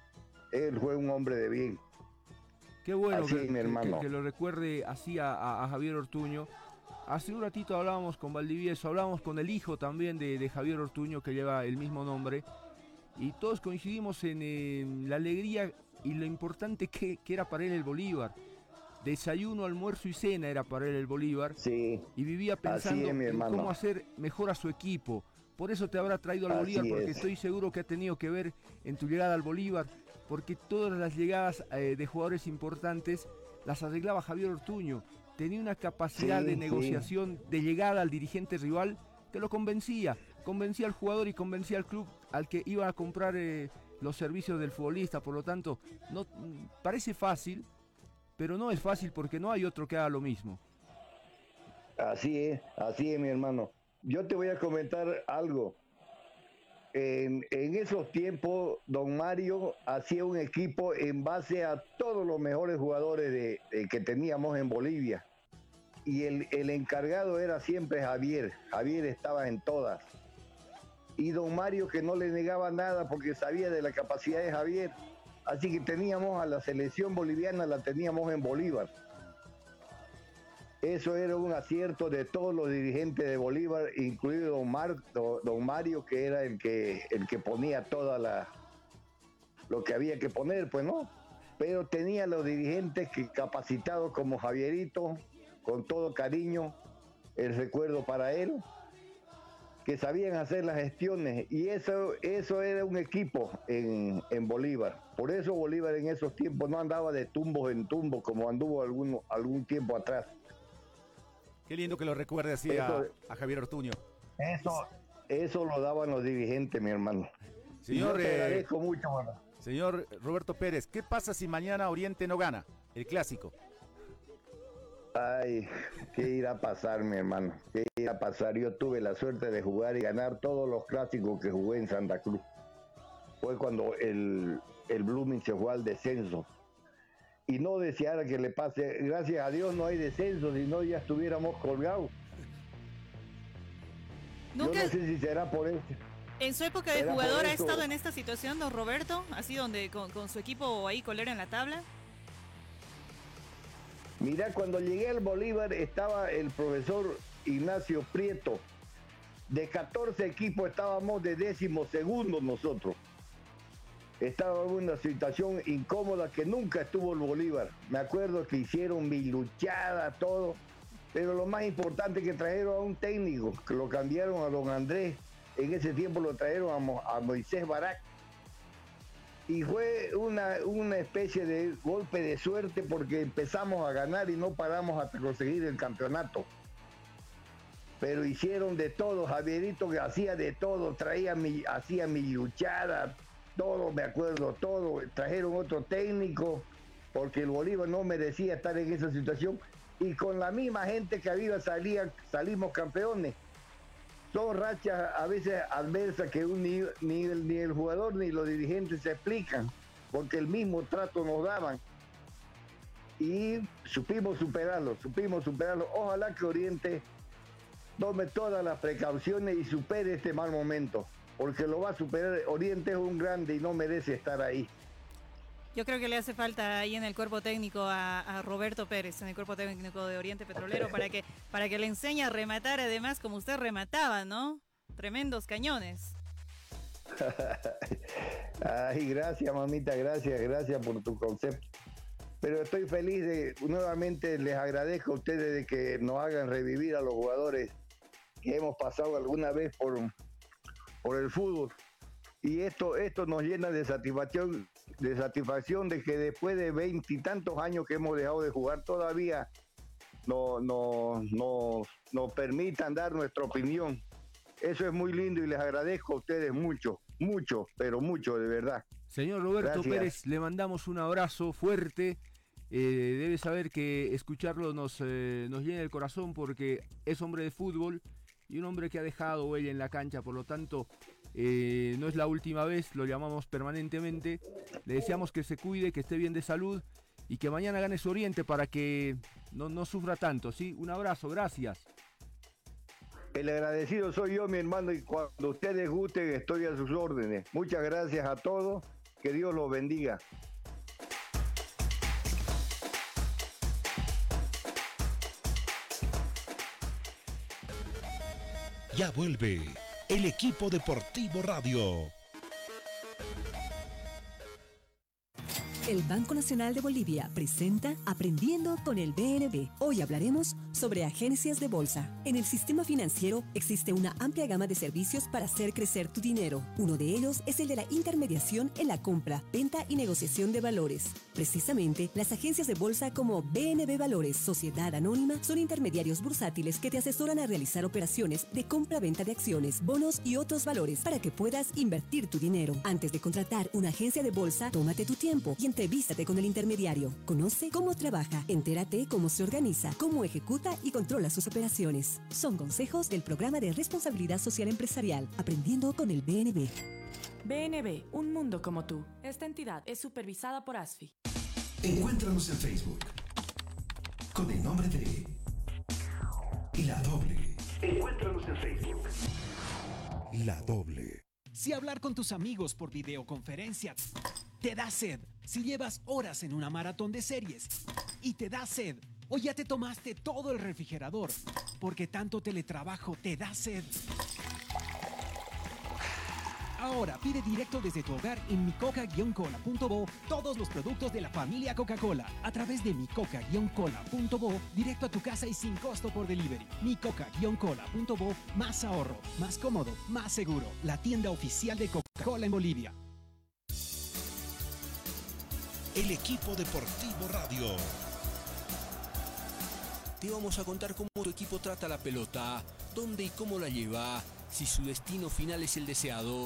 Qué bueno así, mi hermano. que lo recuerde así a Javier Ortuño. Hace un ratito hablábamos con Valdivieso, hablábamos con el hijo también de Javier Ortuño, que lleva el mismo nombre, y todos coincidimos en la alegría y lo importante que era para él el Bolívar. Desayuno, almuerzo y cena era para él el Bolívar. Sí, y vivía pensando en cómo hacer mejor a su equipo. Por eso te habrá traído al Bolívar, porque estoy seguro que ha tenido que ver en tu llegada al Bolívar, porque todas las llegadas de jugadores importantes las arreglaba Javier Ortuño. Tenía una capacidad de negociación, de llegada al dirigente rival, que lo convencía al jugador y convencía al club al que iba a comprar los servicios del futbolista. Por lo tanto, no parece fácil, pero no es fácil porque no hay otro que haga lo mismo. Así es, mi hermano. Yo te voy a comentar algo. En esos tiempos, don Mario hacía un equipo en base a todos los mejores jugadores que teníamos en Bolivia. Y el encargado era siempre Javier. Javier estaba en todas. Y don Mario, que no le negaba nada porque sabía de la capacidad de Javier. Así que teníamos a la selección boliviana, la teníamos en Bolívar. Eso era un acierto de todos los dirigentes de Bolívar, incluido don Mario, que era el que ponía lo que había que poner, pues no. Pero tenía los dirigentes capacitados como Javierito, con todo cariño, el recuerdo para él, que sabían hacer las gestiones, y eso era un equipo en Bolívar. Por eso Bolívar en esos tiempos no andaba de tumbos en tumbos como anduvo algún tiempo atrás. Qué lindo que lo recuerde así a Javier Ortuño. Eso lo daban los dirigentes, mi hermano. Señor, te agradezco mucho, hermano. Señor Roberto Pérez, ¿qué pasa si mañana Oriente no gana el clásico? Ay, ¿qué irá a pasar, mi hermano? ¿Qué irá a pasar? Yo tuve la suerte de jugar y ganar todos los clásicos que jugué en Santa Cruz. Fue cuando el Blooming se fue al descenso. Y no deseara que le pase, gracias a Dios no hay descenso, si no ya estuviéramos colgados. ¿Nunca? Yo no sé si será por eso. ¿En su época de jugador ha estado en esta situación, don Roberto? ¿Así donde con su equipo ahí colero en la tabla? Mira, cuando llegué al Bolívar estaba el profesor Ignacio Prieto. De 14 equipos estábamos de 12º nosotros. Estaba en una situación incómoda que nunca estuvo el Bolívar. Me acuerdo que hicieron mi luchada, todo. Pero lo más importante es que trajeron a un técnico, que lo cambiaron a don Andrés. En ese tiempo lo trajeron a Moisés Barak. Y fue una especie de golpe de suerte porque empezamos a ganar y no paramos hasta conseguir el campeonato. Pero hicieron de todo, Javierito que hacía de todo, hacía mi luchada, todo, me acuerdo, todo. Trajeron otro técnico porque el Bolívar no merecía estar en esa situación. Y con la misma gente que había salimos campeones. Son rachas a veces adversas que ni el jugador ni los dirigentes se explican, porque el mismo trato nos daban. Y supimos superarlo. Ojalá que Oriente tome todas las precauciones y supere este mal momento, porque lo va a superar. Oriente es un grande y no merece estar ahí. Yo creo que le hace falta ahí en el cuerpo técnico a Roberto Pérez, en el cuerpo técnico de Oriente Petrolero, para que le enseñe a rematar, además, como usted remataba, ¿no? Tremendos cañones. Ay, gracias, mamita, gracias por tu concepto. Pero estoy feliz nuevamente les agradezco a ustedes de que nos hagan revivir a los jugadores que hemos pasado alguna vez por el fútbol. Y esto nos llena de satisfacción de que después de 20 y tantos años que hemos dejado de jugar, todavía nos permitan dar nuestra opinión. Eso es muy lindo y les agradezco a ustedes mucho, pero mucho, de verdad. Señor Roberto Gracias. Pérez, le mandamos un abrazo fuerte debe saber que escucharlo nos llena el corazón porque es hombre de fútbol y un hombre que ha dejado huella en la cancha, por lo tanto no es la última vez, lo llamamos permanentemente, le deseamos que se cuide, que esté bien de salud y que mañana gane su Oriente para que no sufra tanto, ¿sí? Un abrazo, gracias. El agradecido soy yo, mi hermano, y cuando ustedes gusten estoy a sus órdenes. Muchas gracias a todos, que Dios los bendiga. Ya vuelve el equipo deportivo radio. El Banco Nacional de Bolivia presenta Aprendiendo con el BNB. Hoy hablaremos sobre agencias de bolsa. En el sistema financiero existe una amplia gama de servicios para hacer crecer tu dinero. Uno de ellos es el de la intermediación en la compra, venta y negociación de valores. Precisamente, las agencias de bolsa como BNB Valores, Sociedad Anónima, son intermediarios bursátiles que te asesoran a realizar operaciones de compra-venta de acciones, bonos y otros valores para que puedas invertir tu dinero. Antes de contratar una agencia de bolsa, tómate tu tiempo y entrevístate con el intermediario. Conoce cómo trabaja, entérate cómo se organiza, cómo ejecuta y controla sus operaciones. Son consejos del Programa de Responsabilidad Social Empresarial, Aprendiendo con el BNB. BNB, un mundo como tú. Esta entidad es supervisada por ASFI. Encuéntranos en Facebook con el nombre de La Doble. Encuéntranos en Facebook. La Doble. Si hablar con tus amigos por videoconferencia te da sed, si llevas horas en una maratón de series y te da sed, o ya te tomaste todo el refrigerador porque tanto teletrabajo te da sed. Ahora pide directo desde tu hogar en micoca-cola.bo todos los productos de la familia Coca-Cola a través de micoca-cola.bo, directo a tu casa y sin costo por delivery. micoca-cola.bo, más ahorro, más cómodo, más seguro. La tienda oficial de Coca-Cola en Bolivia. El equipo deportivo radio. Te vamos a contar cómo tu equipo trata la pelota, dónde y cómo la lleva, si su destino final es el deseado.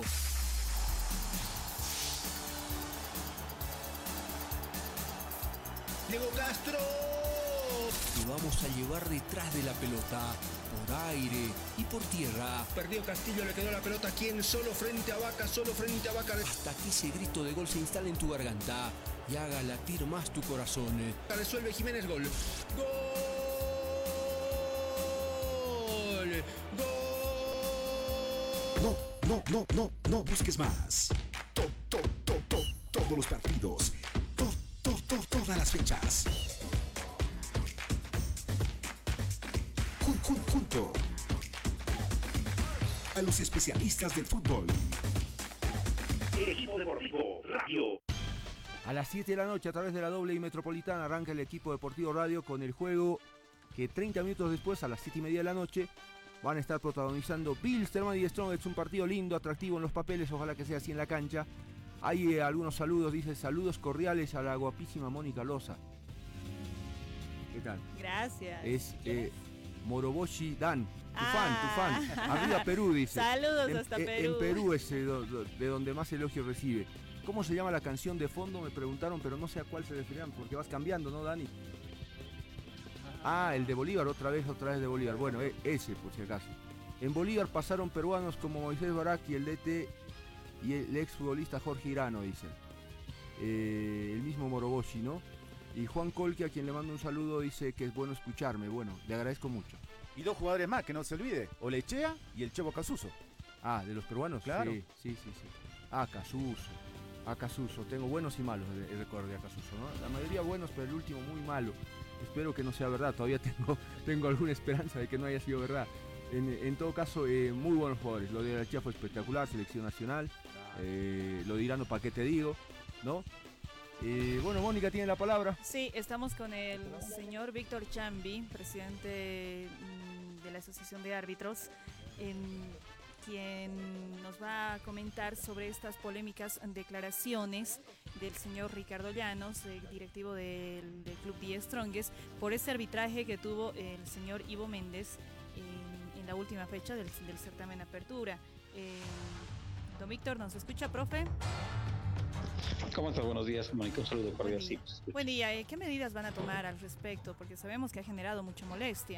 Diego Castro. Te vamos a llevar detrás de la pelota, por aire y por tierra. Perdió Castillo, le quedó la pelota. ¿Quién? Solo frente a Vaca, solo frente a Vaca. Hasta que ese grito de gol se instale en tu garganta y haga latir más tu corazón. Resuelve Jiménez, gol. ¡Gol! ¡Gol! No busques más. Todos los partidos. Todas las fechas. Junto a los especialistas del fútbol. El equipo deportivo radio. A las 7 de la noche, a través de la Doble y Metropolitana, arranca el equipo deportivo radio con el juego que 30 minutos después, a las 7:30 de la noche, van a estar protagonizando Bilsterman y Strongest. Un partido lindo, atractivo en los papeles, ojalá que sea así en la cancha. Hay algunos saludos, dice saludos cordiales a la guapísima Mónica Loza. ¿Qué tal? Gracias. Es Moroboshi Dan, tu fan. Arriba Perú, dice. Saludos hasta Perú. En Perú es de donde más elogio recibe. ¿Cómo se llama la canción de fondo? Me preguntaron, pero no sé a cuál se referían, porque vas cambiando, ¿no, Dani? El de Bolívar, otra vez de Bolívar. Bueno, ese, por si acaso. En Bolívar pasaron peruanos como Moisés Barak y el DT y el exfutbolista Jorge Irano, dicen. El mismo Moroboshi, ¿no? Y Juan Colque, a quien le mando un saludo, dice que es bueno escucharme. Bueno, le agradezco mucho. Y dos jugadores más, que no se olvide. Olechea y el Chevo Casuso. De los peruanos, claro. Sí. Casuso. Tengo buenos y malos el recuerdo de Casuso, ¿no? La mayoría buenos, pero el último muy malo. Espero que no sea verdad. Todavía tengo alguna esperanza de que no haya sido verdad. En todo caso, muy buenos jugadores. Lo de Olechea fue espectacular, selección nacional. Lo de Irano, ¿para qué te digo? ¿No? Bueno, Mónica tiene la palabra. Sí, estamos con el señor Víctor Chambi, presidente de la Asociación de Árbitros, quien nos va a comentar sobre estas polémicas declaraciones del señor Ricardo Llanos, directivo del Club The Strongest, por ese arbitraje que tuvo el señor Ivo Méndez en la última fecha del certamen Apertura. Don Víctor, ¿nos escucha, profe? ¿Cómo estás? Buenos días, Mónica. Un saludo cordial. Sí, pues, Buen día. ¿Qué medidas van a tomar al respecto? Porque sabemos que ha generado mucha molestia.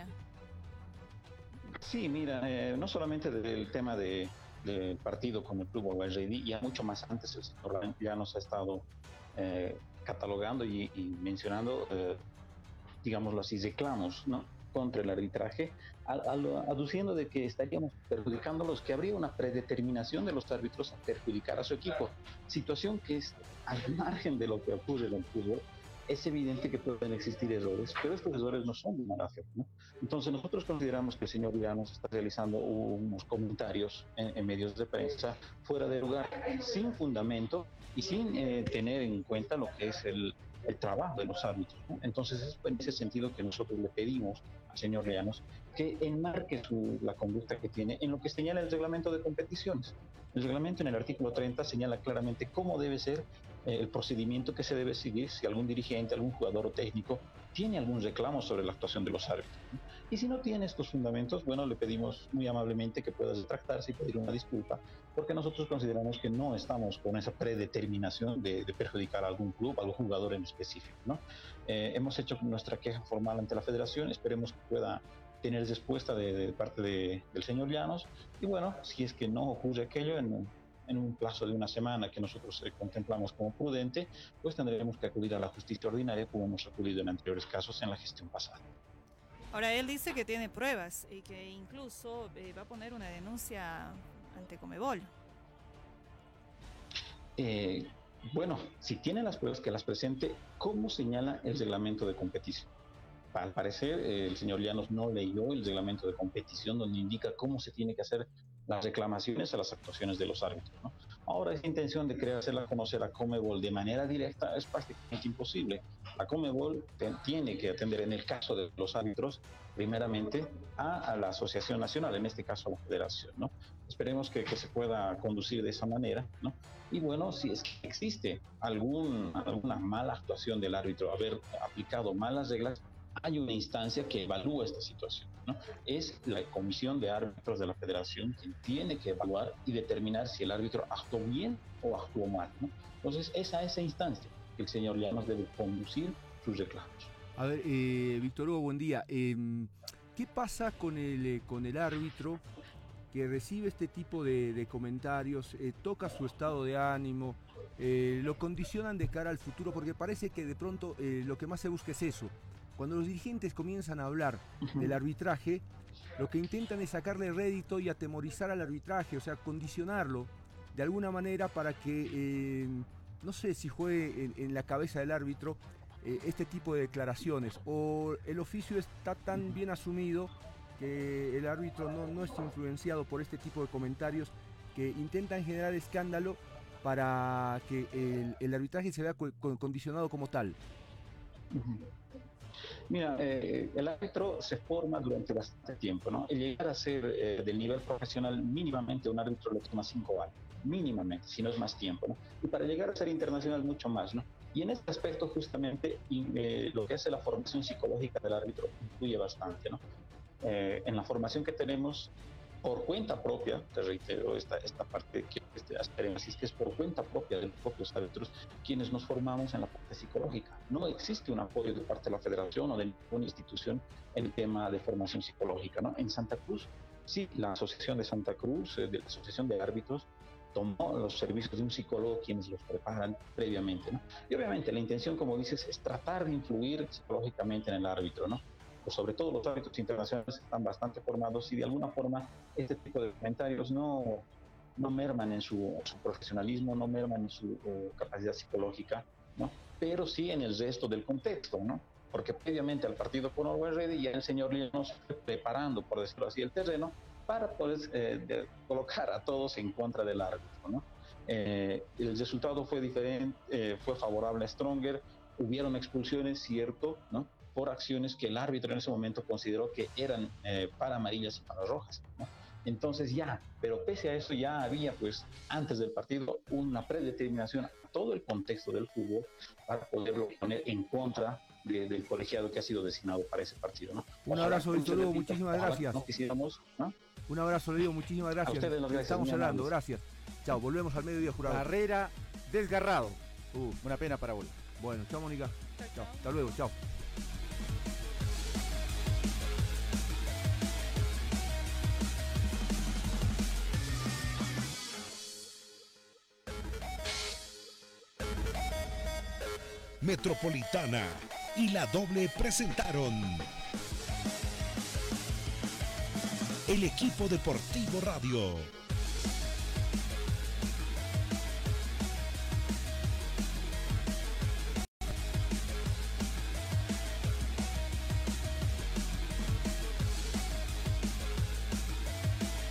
sí, mira, no solamente del tema del partido con el Club Always Ready, ya mucho más antes el señor ya nos ha estado catalogando y mencionando, digámoslo así, reclamos, ¿no?, contra el arbitraje, aduciendo de que estaríamos perjudicándolos, que habría una predeterminación de los árbitros a perjudicar a su equipo, situación que es al margen de lo que ocurre en el fútbol. Es evidente que pueden existir errores, pero estos errores no son de mala fe, ¿no? Entonces nosotros consideramos que el señor Llanos está realizando unos comentarios en medios de prensa fuera de lugar, sin fundamento y sin tener en cuenta lo que es el trabajo de los árbitros, ¿no? Entonces es en ese sentido que nosotros le pedimos al señor Llanos que enmarque la conducta que tiene en lo que señala el reglamento de competiciones. El reglamento en el artículo 30 señala claramente cómo debe ser el procedimiento que se debe seguir si algún dirigente, algún jugador o técnico tiene algún reclamo sobre la actuación de los árbitros, ¿no? Y si no tiene estos fundamentos, bueno, le pedimos muy amablemente que pueda retractarse y pedir una disculpa, porque nosotros consideramos que no estamos con esa predeterminación de perjudicar a algún club, a algún jugador en específico, ¿no? Hemos hecho nuestra queja formal ante la federación, esperemos que pueda tener respuesta de parte del señor Llanos, y bueno, si es que no ocurre aquello en un plazo de una semana que nosotros contemplamos como prudente, pues tendremos que acudir a la justicia ordinaria como hemos acudido en anteriores casos en la gestión pasada. Ahora, él dice que tiene pruebas y que incluso va a poner una denuncia ante Conmebol. Bueno, si tiene las pruebas, que las presente, ¿cómo señala el reglamento de competición? Al parecer, el señor Llanos no leyó el reglamento de competición donde indica cómo se tiene que hacer las reclamaciones a las actuaciones de los árbitros, ¿no? Ahora, esa intención de querer hacerla conocer a Conmebol de manera directa es prácticamente imposible. La Conmebol tiene que atender, en el caso de los árbitros, primeramente a la Asociación Nacional, en este caso a la Federación, ¿no? Esperemos que se pueda conducir de esa manera, ¿no? Y bueno, si es que existe alguna mala actuación del árbitro, haber aplicado malas reglas, hay una instancia que evalúa esta situación, ¿no? Es la Comisión de Árbitros de la Federación quien tiene que evaluar y determinar si el árbitro actuó bien o actuó mal, ¿no? Entonces, es a esa instancia que el señor Llanos debe conducir sus reclamos. A ver, Víctor Hugo, buen día. ¿Qué pasa con el árbitro que recibe este tipo de comentarios, toca su estado de ánimo, lo condicionan de cara al futuro? Porque parece que de pronto lo que más se busca es eso. Cuando los dirigentes comienzan a hablar del arbitraje, lo que intentan es sacarle rédito y atemorizar al arbitraje, o sea, condicionarlo de alguna manera para que, no sé si juegue en la cabeza del árbitro este tipo de declaraciones, o el oficio está tan bien asumido que el árbitro no es influenciado por este tipo de comentarios que intentan generar escándalo para que el arbitraje se vea condicionado como tal. Mira, el árbitro se forma durante bastante tiempo, ¿no? El llegar a ser del nivel profesional, mínimamente un árbitro le toma 5 años, mínimamente, si no es más tiempo, ¿no? Y para llegar a ser internacional mucho más, ¿no? Y en este aspecto justamente lo que hace la formación psicológica del árbitro influye bastante, ¿no? En la formación que tenemos por cuenta propia, te reitero esta parte que hacer énfasis, que es por cuenta propia de los propios árbitros quienes nos formamos en la parte psicológica. No existe un apoyo de parte de la federación o de ninguna institución en el tema de formación psicológica, ¿no? En Santa Cruz, sí, la Asociación de Santa Cruz, de la Asociación de Árbitros, tomó los servicios de un psicólogo quienes los preparan previamente, ¿no? Y obviamente la intención, como dices, es tratar de influir psicológicamente en el árbitro, ¿no? Pues sobre todo los árbitros internacionales están bastante formados y de alguna forma este tipo de comentarios no merman en su profesionalismo, no merman en su capacidad psicológica, ¿no? Pero sí en el resto del contexto, ¿no? Porque previamente al partido con Always Ready ya el señor Llanos fue preparando, por decirlo así, el terreno para poder colocar a todos en contra del árbitro, ¿no? El resultado fue diferente, fue favorable a Stronger, hubieron expulsiones, cierto, ¿no? Por acciones que el árbitro en ese momento consideró que eran para amarillas y para rojas, ¿no? Entonces pero pese a eso ya había, pues, antes del partido una predeterminación a todo el contexto del fútbol para poderlo poner en contra del colegiado que ha sido designado para ese partido, ¿no? Un abrazo, Víctor Hugo, muchísimas gracias. No quisiéramos, ¿no? Un abrazo, le digo, muchísimas gracias. A ustedes, gracias. Estamos hablando, gracias. Chao, volvemos al mediodía, jurado. Barrera desgarrado. Una pena para Bola. Bueno, chao Mónica. Chao. Hasta luego, chao. Metropolitana y La Doble presentaron El Equipo Deportivo Radio.